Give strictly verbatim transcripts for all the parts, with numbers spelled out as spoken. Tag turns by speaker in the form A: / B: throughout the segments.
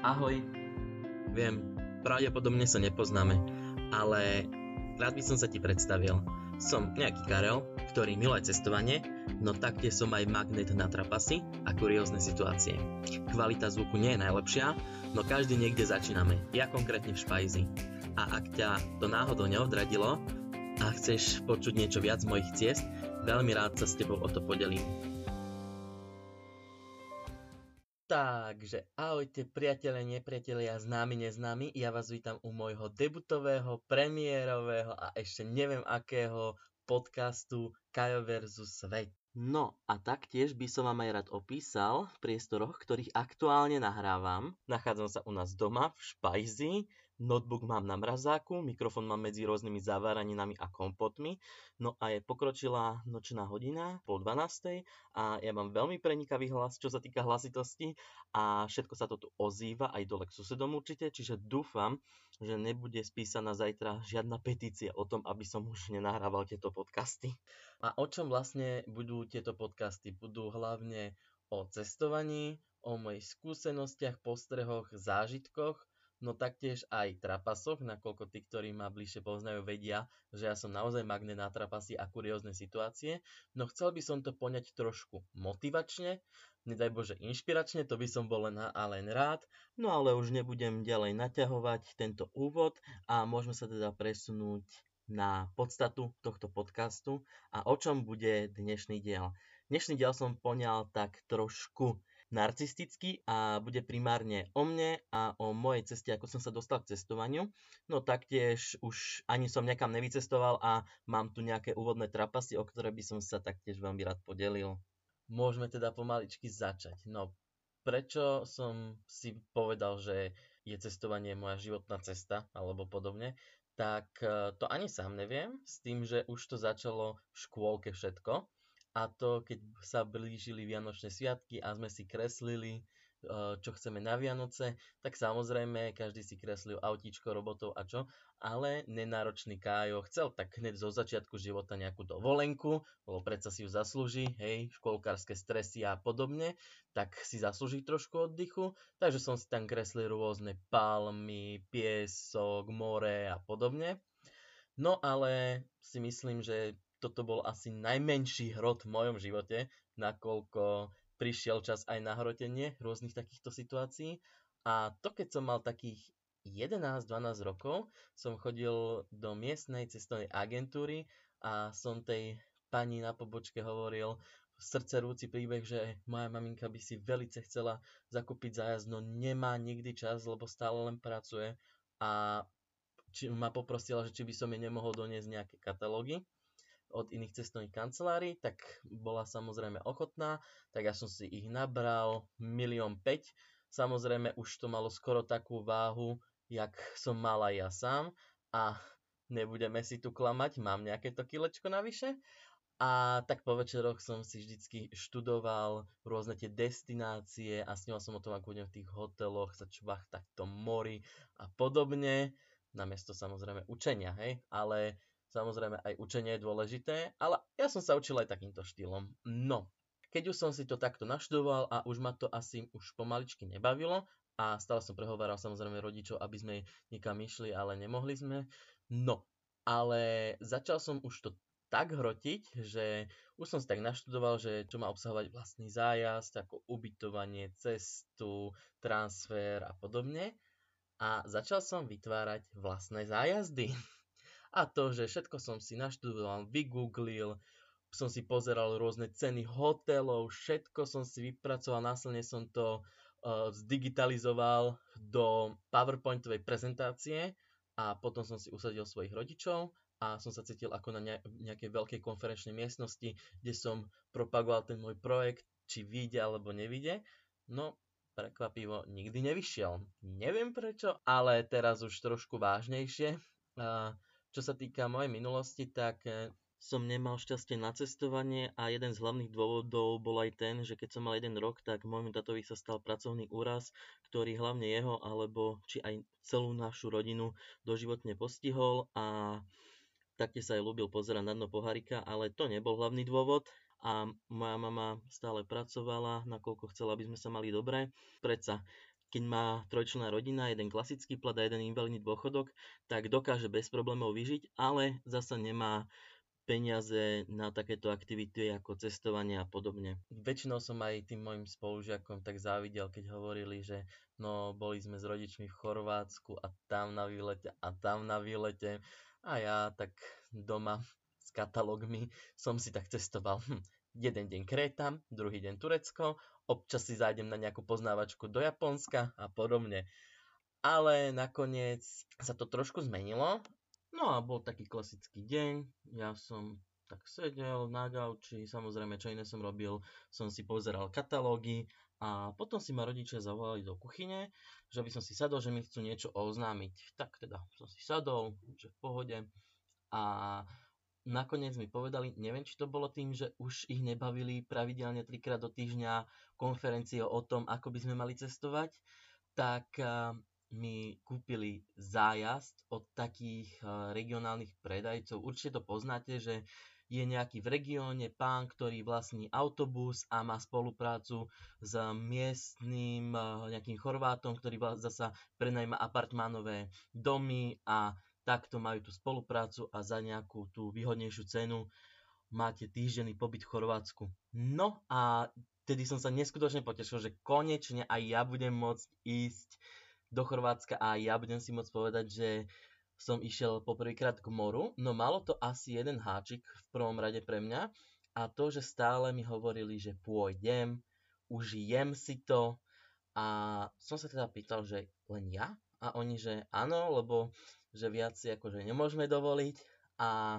A: Ahoj, viem, pravdepodobne sa nepoznáme, ale rád by som sa ti predstavil. Som nejaký Karel, ktorý miluje cestovanie, no taktiež som aj magnet na trapasy a kuriózne situácie. Kvalita zvuku nie je najlepšia, no každý niekde začíname, ja konkrétne v Špajzi. A ak ťa to náhodou neodradilo a chceš počuť niečo viac z mojich ciest, veľmi rád sa s tebou o to podelím. Takže ahojte priatelia, nepriatelia, známi, neznámi, ja vás vítam u môjho debutového, premiérového a ešte neviem akého podcastu Kajo versus. Svet. No a taktiež by som vám aj rád opísal v priestoroch, ktorých aktuálne nahrávam. Nachádzam sa u nás doma v Špajzi, notebook mám na mrazáku, mikrofón mám medzi rôznymi zaváraninami a kompotmi, no a je pokročilá nočná hodina, pol dvanástej a ja mám veľmi prenikavý hlas, čo sa týka hlasitosti a všetko sa to tu ozýva aj dole k susedom určite, čiže dúfam, že nebude spísaná zajtra žiadna petícia o tom, aby som už nenahrával tieto podcasty. A o čom vlastne budú tieto podcasty? Budú hlavne o cestovaní, o mojich skúsenostiach, postrehoch, zážitkoch, no taktiež aj trapasoch, nakoľko tí, ktorí ma bližšie poznajú, vedia, že ja som naozaj magnet na trapasy a kuriózne situácie, no chcel by som to poňať trošku motivačne, nedaj Bože inšpiračne, to by som bol len a len rád, no ale už nebudem ďalej naťahovať tento úvod a môžeme sa teda presunúť na podstatu tohto podcastu a o čom bude dnešný diel. Dnešný diel som poňal tak trošku narcisticky a bude primárne o mne a o mojej ceste, ako som sa dostal k cestovaniu. No taktiež už ani som niekam nevycestoval a mám tu nejaké úvodné trapasy, o ktoré by som sa taktiež veľmi rád podelil. Môžeme teda pomaličky začať. No prečo som si povedal, že je cestovanie moja životná cesta alebo podobne, tak to ani sám neviem, s tým, že už to začalo v škôlke všetko. A to, keď sa blížili Vianočné sviatky a sme si kreslili, čo chceme na Vianoce, tak samozrejme každý si kreslil autíčko, robotov a čo, ale nenáročný Kájo chcel tak hneď zo začiatku života nejakú dovolenku, lebo predsa si ju zaslúži, hej, školkárske stresy a podobne, tak si zaslúži trošku oddychu, takže som si tam kreslil rôzne palmy, piesok, more a podobne. No ale si myslím, že toto bol asi najmenší hrot v mojom živote, nakoľko prišiel čas aj na hrotenie rôznych takýchto situácií. A to keď som mal takých jedenásť dvanásť rokov, som chodil do miestnej cestovnej agentúry a som tej pani na pobočke hovoril srdcerúci príbeh, že moja maminka by si veľce chcela zakúpiť zájazd, no nemá nikdy čas, lebo stále len pracuje a či ma poprosila, že či by som jej nemohol doniesť nejaké katalógy od iných cestovných kancelárií, tak bola samozrejme ochotná, tak ja som si ich nabral milión päť. Samozrejme už to malo skoro takú váhu, jak som mal aj ja sám a nebudeme si tu klamať, mám nejaké to kilečko navyše. A tak po večeroch som si vždycky študoval rôzne tie destinácie a snil som o tom, ako budem v tých hoteloch sa čvachtať v tom mori a podobne, namiesto samozrejme učenia, hej, ale samozrejme aj učenie je dôležité, ale ja som sa učil aj takýmto štýlom. No, keď už som si to takto naštudoval a už ma to asi už pomaličky nebavilo a stále som prehováral samozrejme rodičov, aby sme niekam išli, ale nemohli sme. No, ale začal som už to tak hrotiť, že už som si tak naštudoval, že čo má obsahovať vlastný zájazd, ako ubytovanie, cestu, transfer a podobne. A začal som vytvárať vlastné zájazdy. A to, že všetko som si naštudoval, vygooglil, som si pozeral rôzne ceny hotelov, všetko som si vypracoval, následne som to uh, zdigitalizoval do PowerPointovej prezentácie a potom som si usadil svojich rodičov a som sa cítil ako na nejakej veľkej konferenčnej miestnosti, kde som propagoval ten môj projekt, či vyjde alebo nevyjde. No, prekvapivo, nikdy nevyšiel. Neviem prečo, ale teraz už trošku vážnejšie. Uh, Čo sa týka mojej minulosti, tak som nemal šťastie na cestovanie a jeden z hlavných dôvodov bol aj ten, že keď som mal jeden rok, tak môjmu tatovi sa stal pracovný úraz, ktorý hlavne jeho alebo či aj celú našu rodinu doživotne postihol a taktiež sa aj ľúbil pozerať na dno pohárika, ale to nebol hlavný dôvod. A moja mama stále pracovala, nakoľko chcela, aby sme sa mali dobre. Predsa keď má trojčlenná rodina, jeden klasický plat a jeden invalidný dôchodok, tak dokáže bez problémov vyžiť, ale zasa nemá peniaze na takéto aktivity ako cestovanie a podobne. Väčšinou som aj tým mojim spolužiakom tak závidel, keď hovorili, že no boli sme s rodičmi v Chorvátsku a tam na výlete a tam na výlete a ja tak doma s katalógmi som si tak cestoval. Hm. Jeden deň Kréta, druhý deň Turecko, občas si zájdem na nejakú poznávačku do Japonska a podobne. Ale nakoniec sa to trošku zmenilo. No a bol taký klasický deň, ja som tak sedel na gauči, samozrejme čo iné som robil, som si pozeral katalógy a potom si ma rodičia zavolali do kuchyne, že by som si sadol, že mi chcú niečo oznámiť. Tak teda som si sadol, že v pohode a nakoniec mi povedali, neviem či to bolo tým, že už ich nebavili pravidelne trikrát do týždňa konferencie o tom, ako by sme mali cestovať, tak mi kúpili zájazd od takých regionálnych predajcov. Určite to poznáte, že je nejaký v regióne pán, ktorý vlastní autobus a má spoluprácu s miestnym nejakým Chorvátom, ktorý zasa prenajíma apartmánové domy a takto majú tú spoluprácu a za nejakú tú výhodnejšiu cenu máte týždenný pobyt v Chorvátsku. No a tedy som sa neskutočne potešil, že konečne aj ja budem môcť ísť do Chorvátska a ja budem si môcť povedať, že som išiel poprvýkrát k moru, no malo to asi jeden háčik v prvom rade pre mňa a to, že stále mi hovorili, že pôjdem, užijem si to a som sa teda pýtal, že len ja? A oni, že áno, lebo že viac si akože nemôžeme dovoliť a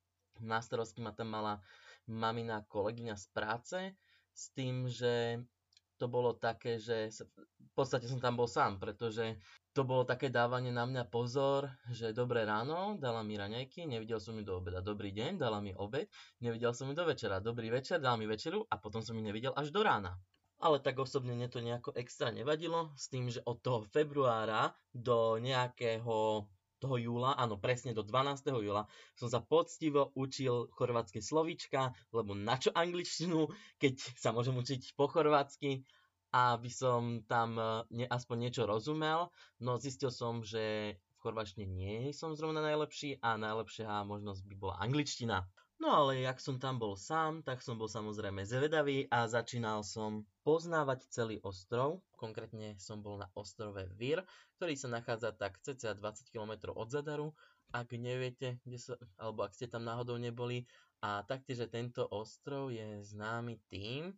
A: na starosti ma tam mala mamina kolegyňa z práce s tým, že to bolo také, že v podstate som tam bol sám, pretože to bolo také dávanie na mňa pozor, že dobré ráno, dala mi raňajky, nevidel som ju do obeda, dobrý deň, dala mi obed, nevidel som ju do večera, dobrý večer, dala mi večeru a potom som ju nevidel až do rána. Ale tak osobne mne to nejako extra nevadilo, s tým, že od toho februára do nejakého toho júla, áno presne do dvanásteho júla, som sa poctivo učil chorvátske slovíčka, lebo na čo angličtinu, keď sa môžem učiť po chorvátsky, aby som tam ne, aspoň niečo rozumel. No zistil som, že v chorváčtine nie som zrovna najlepší a najlepšia možnosť by bola angličtina. No ale jak som tam bol sám, tak som bol samozrejme zvedavý a začínal som poznávať celý ostrov. Konkrétne som bol na ostrove Vir, ktorý sa nachádza tak cca dvadsať kilometrov od Zadaru. Ak neviete, kde sa, alebo ak ste tam náhodou neboli. A taktiež, že tento ostrov je známy tým,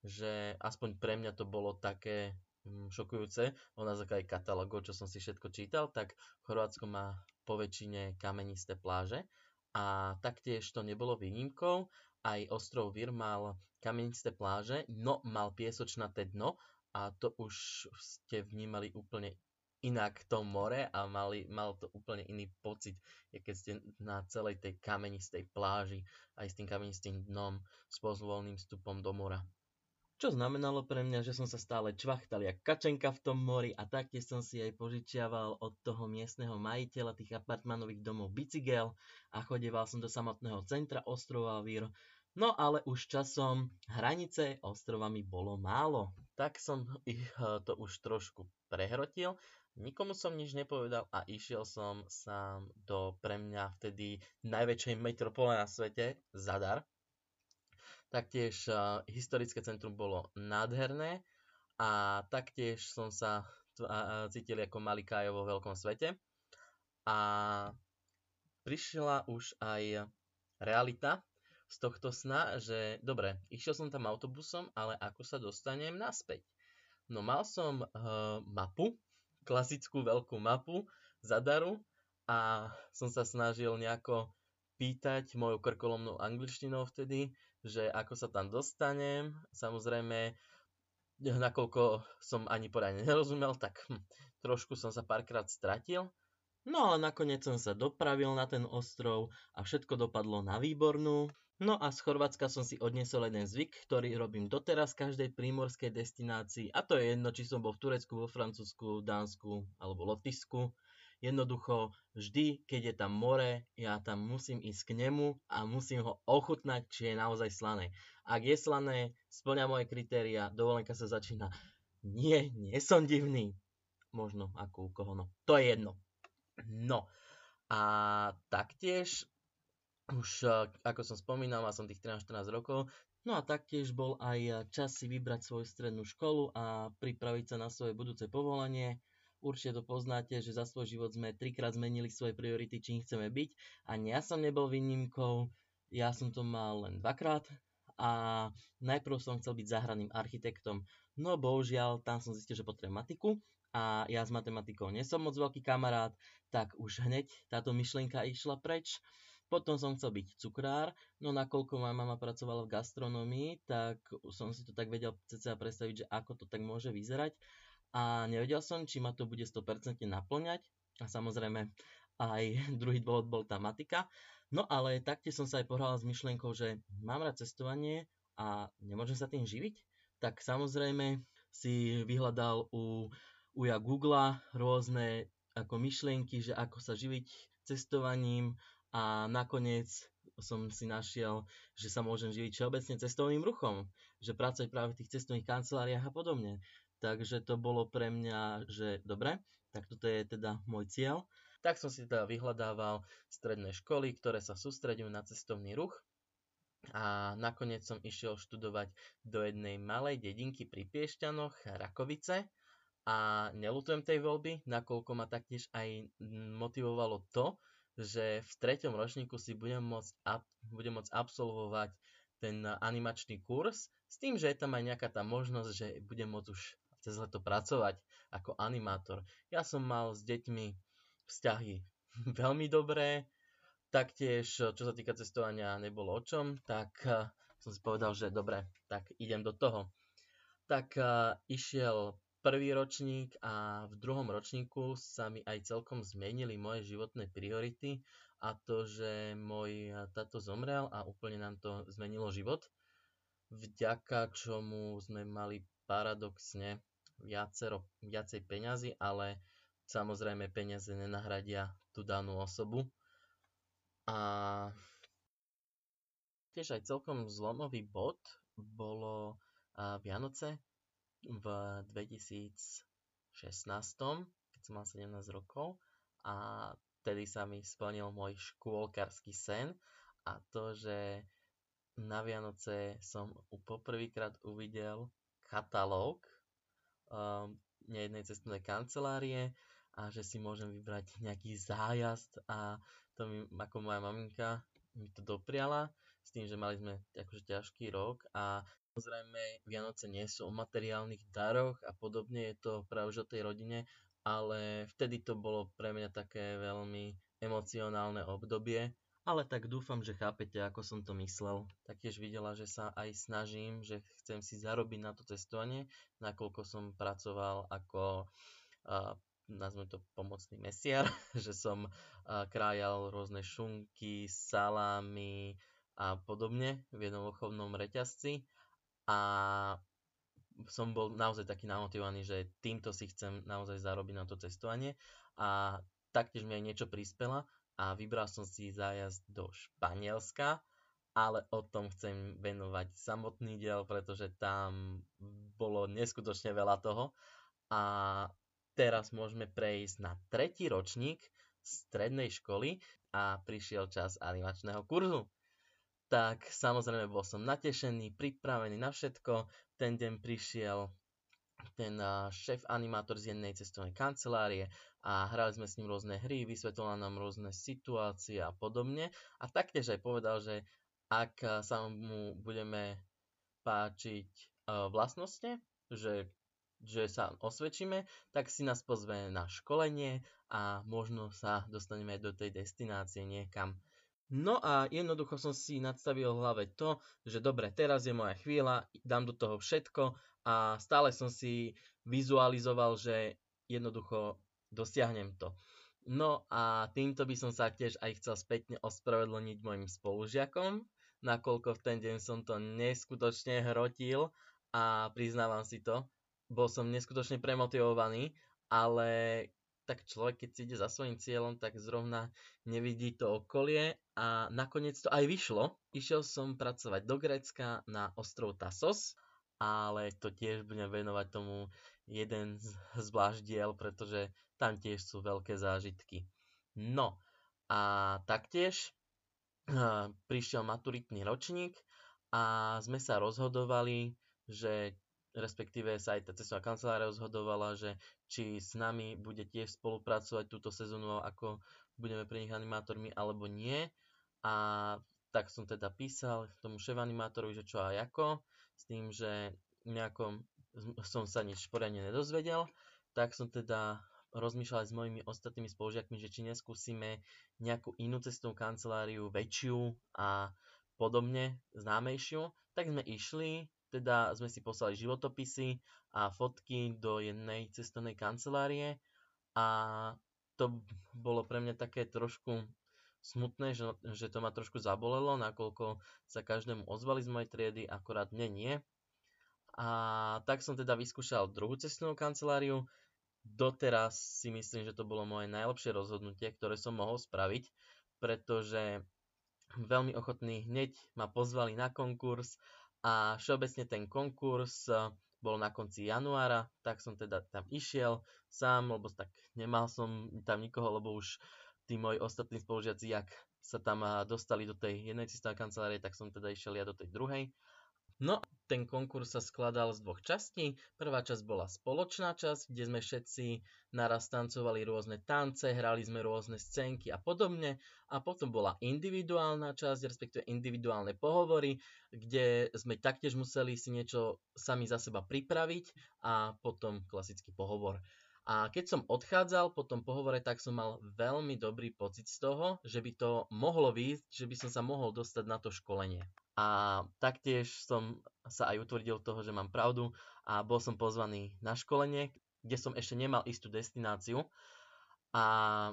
A: že aspoň pre mňa to bolo také šokujúce, o na základe katalógov, čo som si všetko čítal, tak Chorvátsko má poväčšine kamenisté pláže. A taktiež to nebolo výnimkou, aj ostrov Vir mal kamenisté pláže, no mal piesočnaté dno a to už ste vnímali úplne inak to more a mali, mal to úplne iný pocit, keď ste na celej tej kamenistej pláži aj s tým kamenistým dnom s pozvolným vstupom do mora. Čo znamenalo pre mňa, že som sa stále čvachtal jak kačenka v tom mori a taktiež som si aj požičiaval od toho miestneho majiteľa tých apartmánových domov bicykel a chodieval som do samotného centra ostrova Vir. No ale už časom hranice ostrova mi bolo málo. Tak som ich to už trošku prehrotil, nikomu som nič nepovedal a išiel som sám do pre mňa vtedy najväčšej metropole na svete, Zadar. Taktiež uh, historické centrum bolo nádherné a taktiež som sa uh, cítil ako malý Kájo vo veľkom svete. A prišla už aj realita z tohto sna, že dobre, išiel som tam autobusom, ale ako sa dostanem naspäť? No mal som uh, mapu, klasickú veľkú mapu Zadaru a som sa snažil nejako pýtať mojou krkolomnou angličtinou vtedy, že ako sa tam dostanem. Samozrejme, nakoľko som ani poriadne nerozumel, tak hm, trošku som sa párkrát stratil. No ale nakoniec som sa dopravil na ten ostrov a všetko dopadlo na výbornú. No a z Chorvátska som si odniesol jeden zvyk, ktorý robím doteraz v každej prímorskej destinácii. A to je jedno, či som bol v Turecku, vo Francúzsku, Dánsku alebo Lotyšsku. Jednoducho, vždy, keď je tam more, ja tam musím ísť k nemu a musím ho ochutnať, či je naozaj slané. Ak je slané, spĺňa moje kritéria, dovolenka sa začína. Nie, nie som divný. možno ako u koho, no to je jedno. No a taktiež, už ako som spomínal, mal som tých trinásť štrnásť rokov, no a taktiež bol aj čas si vybrať svoju strednú školu a pripraviť sa na svoje budúce povolanie. Určite to poznáte, že za svoj život sme trikrát zmenili svoje priority, čím chceme byť. Ani ja som nebol výnimkou, ja som to mal len dvakrát a najprv som chcel byť záhranným architektom. No bohužiaľ, tam som zistil, že potrebujem matiku a ja s matematikou nie som moc veľký kamarát, tak už hneď táto myšlienka išla preč. Potom som chcel byť cukrár, no nakoľko moja mama pracovala v gastronómii, tak som si to tak vedel cca predstaviť, že ako to tak môže vyzerať. A nevedel som, či ma to bude sto percent naplňať. A samozrejme aj druhý dôvod bol tá matika. No ale taktiež som sa aj pohral s myšlienkou, že mám rád cestovanie a nemôžem sa tým živiť. Tak samozrejme si vyhľadal u uja Google rôzne ako myšlienky, že ako sa živiť cestovaním a nakoniec som si našiel, že sa môžem živiť všeobecne cestovným ruchom, že pracovať práve v tých cestovných kanceláriách a podobne. Takže to bolo pre mňa, že dobre, tak toto je teda môj cieľ. Tak som si teda vyhľadával stredné školy, ktoré sa sústreďujú na cestovný ruch a nakoniec som išiel študovať do jednej malej dedinky pri Piešťanoch, Rakovice. A neľutujem tej voľby, nakoľko ma taktiež aj motivovalo to, že v treťom ročníku si budem môcť, ab- budem môcť absolvovať ten animačný kurz, s tým, že je tam aj nejaká tá možnosť, že budem môcť už cez leto pracovať ako animátor. Ja som mal s deťmi vzťahy veľmi dobré, taktiež čo sa týka cestovania nebolo o čom, tak uh, som si povedal, že dobre, tak idem do toho. Tak uh, išiel prvý ročník a v druhom ročníku sa mi aj celkom zmenili moje životné priority a to, že môj tato zomrel a úplne nám to zmenilo život, vďaka čomu sme mali paradoxne viacero, viacej peňazí, ale samozrejme peniaze nenahradia tú danú osobu. A tiež aj celkom zlomový bod bolo Vianoce v dvetisícšestnásť, keď som mal sedemnásť rokov a vtedy sa mi splnil môj škôlkarský sen a to, že na Vianoce som poprvýkrát uvidel katalóg um, nejednej cestovnej kancelárie a že si môžem vybrať nejaký zájazd a to mi, ako moja maminka mi to dopriala s tým, že mali sme akože ťažký rok a samozrejme, Vianoce nie sú o materiálnych daroch a podobne, je to práve už o tej rodine, ale vtedy to bolo pre mňa také veľmi emocionálne obdobie, ale tak dúfam, že chápete, ako som to myslel. Taktiež videla, že sa aj snažím, že chcem si zarobiť na to cestovanie, nakoľko som pracoval ako, uh, nazvime to pomocný mesiar, že som uh, krájal rôzne šunky, salámy a podobne v jednom obchodnom reťazci. A som bol naozaj taký namotivovaný, že týmto si chcem naozaj zarobiť na to cestovanie a taktiež mi aj niečo prispela a vybral som si zájazd do Španielska, ale o tom chcem venovať samotný diel, pretože tam bolo neskutočne veľa toho a teraz môžeme prejsť na tretí ročník strednej školy a prišiel čas animačného kurzu. Tak samozrejme bol som natešený, pripravený na všetko. Ten deň prišiel ten šéf animátor z jednej cestovnej kancelárie a hrali sme s ním rôzne hry, vysvetlil nám rôzne situácie a podobne. A taktiež aj povedal, že ak sa mu budeme páčiť vlastnostne, že, že sa osvedčíme, tak si nás pozve na školenie a možno sa dostaneme aj do tej destinácie niekam. No a jednoducho som si nadstavil v hlave to, že dobre, teraz je moja chvíľa, dám do toho všetko a stále som si vizualizoval, že jednoducho dosiahnem to. No a týmto by som sa tiež aj chcel spätne ospravedlniť mojim spolužiakom, nakoľko v ten deň som to neskutočne hrotil a priznávam si to, bol som neskutočne premotivovaný, ale tak človek, keď si ide za svojím cieľom, tak zrovna nevidí to okolie a nakoniec to aj vyšlo. Išiel som pracovať do Grécka na ostrov Tassos, ale to tiež budem venovať tomu jeden z, zvlášť diel, pretože tam tiež sú veľké zážitky. No a taktiež uh, prišiel maturitný ročník a sme sa rozhodovali, že respektíve sa aj tá cestovná kancelária rozhodovala, že či s nami bude tiež spolupracovať túto sezónu, ako budeme pre nich animátormi, alebo nie. A tak som teda písal tomu šéf-animátorovi, že čo a ako, s tým, že nejako som sa nič poriadne nedozvedel, tak som teda rozmýšľal aj s mojimi ostatnými spolužiakmi, že či neskúsime nejakú inú cestovnú kanceláriu, väčšiu a podobne, známejšiu. Tak sme išli, teda sme si poslali životopisy a fotky do jednej cestovnej kancelárie a to bolo pre mňa také trošku smutné, že, že to ma trošku zabolelo, nakoľko sa každému ozvali z mojej triedy, akorát mne nie. A tak som teda vyskúšal druhú cestovnú kanceláriu. Doteraz si myslím, že to bolo moje najlepšie rozhodnutie, ktoré som mohol spraviť, pretože veľmi ochotní hneď ma pozvali na konkurs a všeobecne ten konkurs bol na konci januára, tak som teda tam išiel sám, lebo tak nemal som tam nikoho, lebo už tí moji ostatní spolužiaci, jak sa tam dostali do tej jednej cestovnej kancelárie, tak som teda išiel ja do tej druhej. No, ten konkurs sa skladal z dvoch častí. Prvá časť bola spoločná časť, kde sme všetci naraz tancovali rôzne tance, hrali sme rôzne scénky a podobne. A potom bola individuálna časť, respektíve individuálne pohovory, kde sme taktiež museli si niečo sami za seba pripraviť a potom klasický pohovor. A keď som odchádzal po tom pohovore, tak som mal veľmi dobrý pocit z toho, že by to mohlo výjsť, že by som sa mohol dostať na to školenie. A taktiež som sa aj utvrdil toho, že mám pravdu a bol som pozvaný na školenie, kde som ešte nemal istú destináciu. A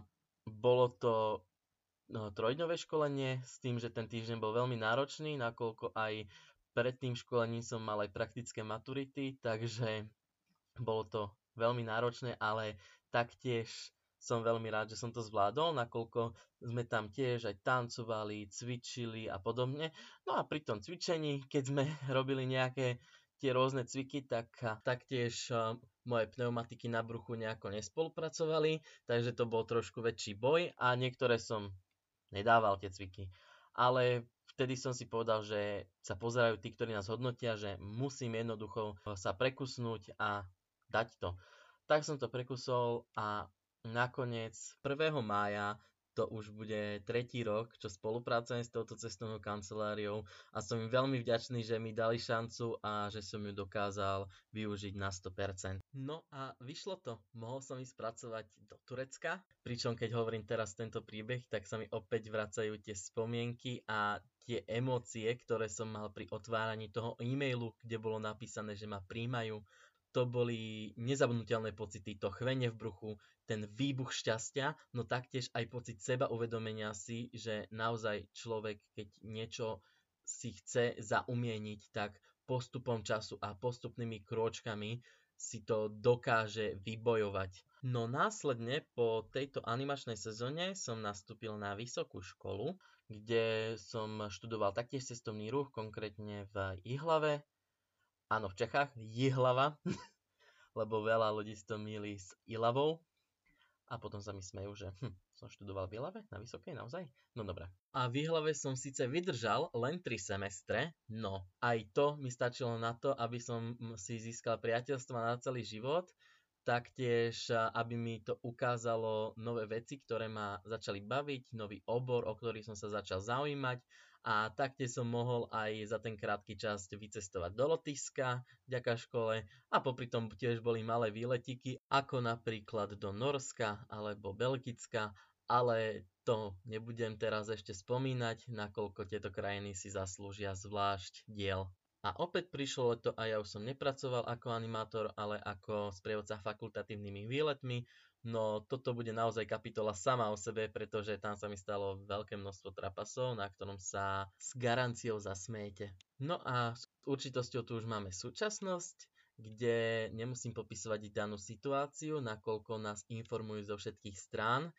A: bolo to no, trojdňové školenie s tým, že ten týždeň bol veľmi náročný, nakoľko aj pred tým školením som mal aj praktické maturity, takže bolo to veľmi náročné, ale taktiež som veľmi rád, že som to zvládol, nakoľko sme tam tiež aj tancovali, cvičili a podobne. No a pri tom cvičení, keď sme robili nejaké tie rôzne cviky, tak taktiež uh, moje pneumatiky na bruchu nejako nespolupracovali, takže to bol trošku väčší boj a niektoré som nedával tie cviky. Ale vtedy som si povedal, že sa pozerajú tí, ktorí nás hodnotia, že musím jednoducho sa prekusnúť a dať to. Tak som to prekusol a nakoniec prvého mája to už bude tretí rok, čo spolupracujem s touto cestovnou kanceláriou a som im veľmi vďačný, že mi dali šancu a že som ju dokázal využiť na sto percent. No a vyšlo to. Mohol som ísť pracovať do Turecka, pričom keď hovorím teraz tento príbeh, tak sa mi opäť vracajú tie spomienky a tie emócie, ktoré som mal pri otváraní toho e-mailu, kde bolo napísané, že ma príjmajú. To boli nezabudnutelné pocity, to chvenie v bruchu, ten výbuch šťastia, no taktiež aj pocit seba uvedomenia si, že naozaj človek, keď niečo si chce zaumieniť, tak postupom času a postupnými krôčkami si to dokáže vybojovať. No následne po tejto animačnej sezóne som nastúpil na vysokú školu, kde som študoval taktiež cestovný ruch, konkrétne v Jihlave. Áno, v Čechách, Jihlava, lebo veľa ľudí si to mýli s Ilavou. A potom sa mi smejú, že hm, som študoval v Ilave na vysokej, naozaj? No dobré. A v Ihlave som síce vydržal len tri semestre, no aj to mi stačilo na to, aby som si získal priateľstva na celý život, taktiež aby mi to ukázalo nové veci, ktoré ma začali baviť, nový obor, o ktorý som sa začal zaujímať. A taktiež som mohol aj za ten krátky čas vycestovať do Lotyšska vďaka škole a popri tom tiež boli malé výletiky, ako napríklad do Norska alebo Belgicka, ale to nebudem teraz ešte spomínať, nakoľko tieto krajiny si zaslúžia zvlášť diel. A opäť prišlo leto a ja už som nepracoval ako animátor, ale ako sprievodca fakultatívnymi výletmi. No toto bude naozaj kapitola sama o sebe, pretože tam sa mi stalo veľké množstvo trapasov, na ktorom sa s garanciou zasmiete. No a s určitosťou tu už máme súčasnosť, kde nemusím popisovať danú situáciu, nakoľko nás informujú zo všetkých strán.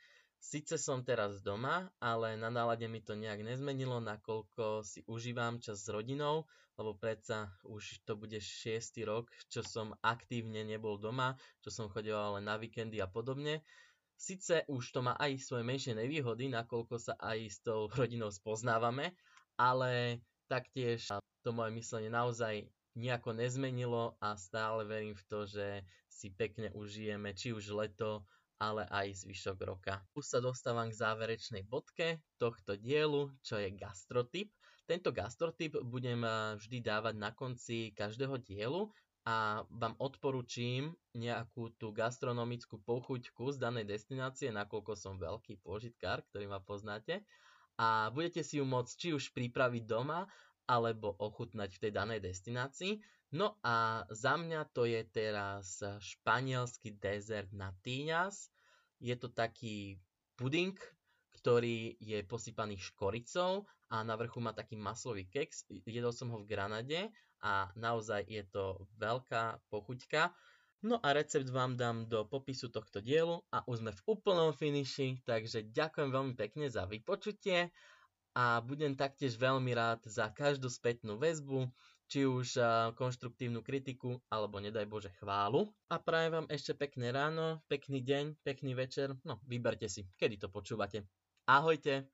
A: Sice som teraz doma, ale na nálade mi to nejak nezmenilo, nakoľko si užívam čas s rodinou, lebo predsa už to bude šiesty rok, čo som aktívne nebol doma, čo som chodil len na víkendy a podobne. Sice už to má aj svoje menšie nevýhody, nakoľko sa aj s tou rodinou spoznávame, ale taktiež to moje myslenie naozaj nejako nezmenilo a stále verím v to, že si pekne užijeme či už leto, ale aj zvyšok roka. Už sa dostávam k záverečnej bodke tohto dielu, čo je gastrotip. Tento gastrotip budem vždy dávať na konci každého dielu a vám odporúčim nejakú tú gastronomickú pochuťku z danej destinácie, nakoľko som veľký pôžitkár, ktorý ma poznáte. A budete si ju môcť či už pripraviť doma, alebo ochutnať v tej danej destinácii. No a za mňa to je teraz španielský dezert natíňas. Je to taký puding, ktorý je posypaný škoricou a na vrchu má taký maslový keks. Jedol som ho v Granade a naozaj je to veľká pochuťka. No a recept vám dám do popisu tohto dielu a už sme v úplnom finiši, takže ďakujem veľmi pekne za vypočutie a budem taktiež veľmi rád za každú spätnú väzbu, či už konštruktívnu kritiku, alebo nedaj Bože chválu. A prajem vám ešte pekné ráno, pekný deň, pekný večer, no vyberte si, kedy to počúvate. Ahojte!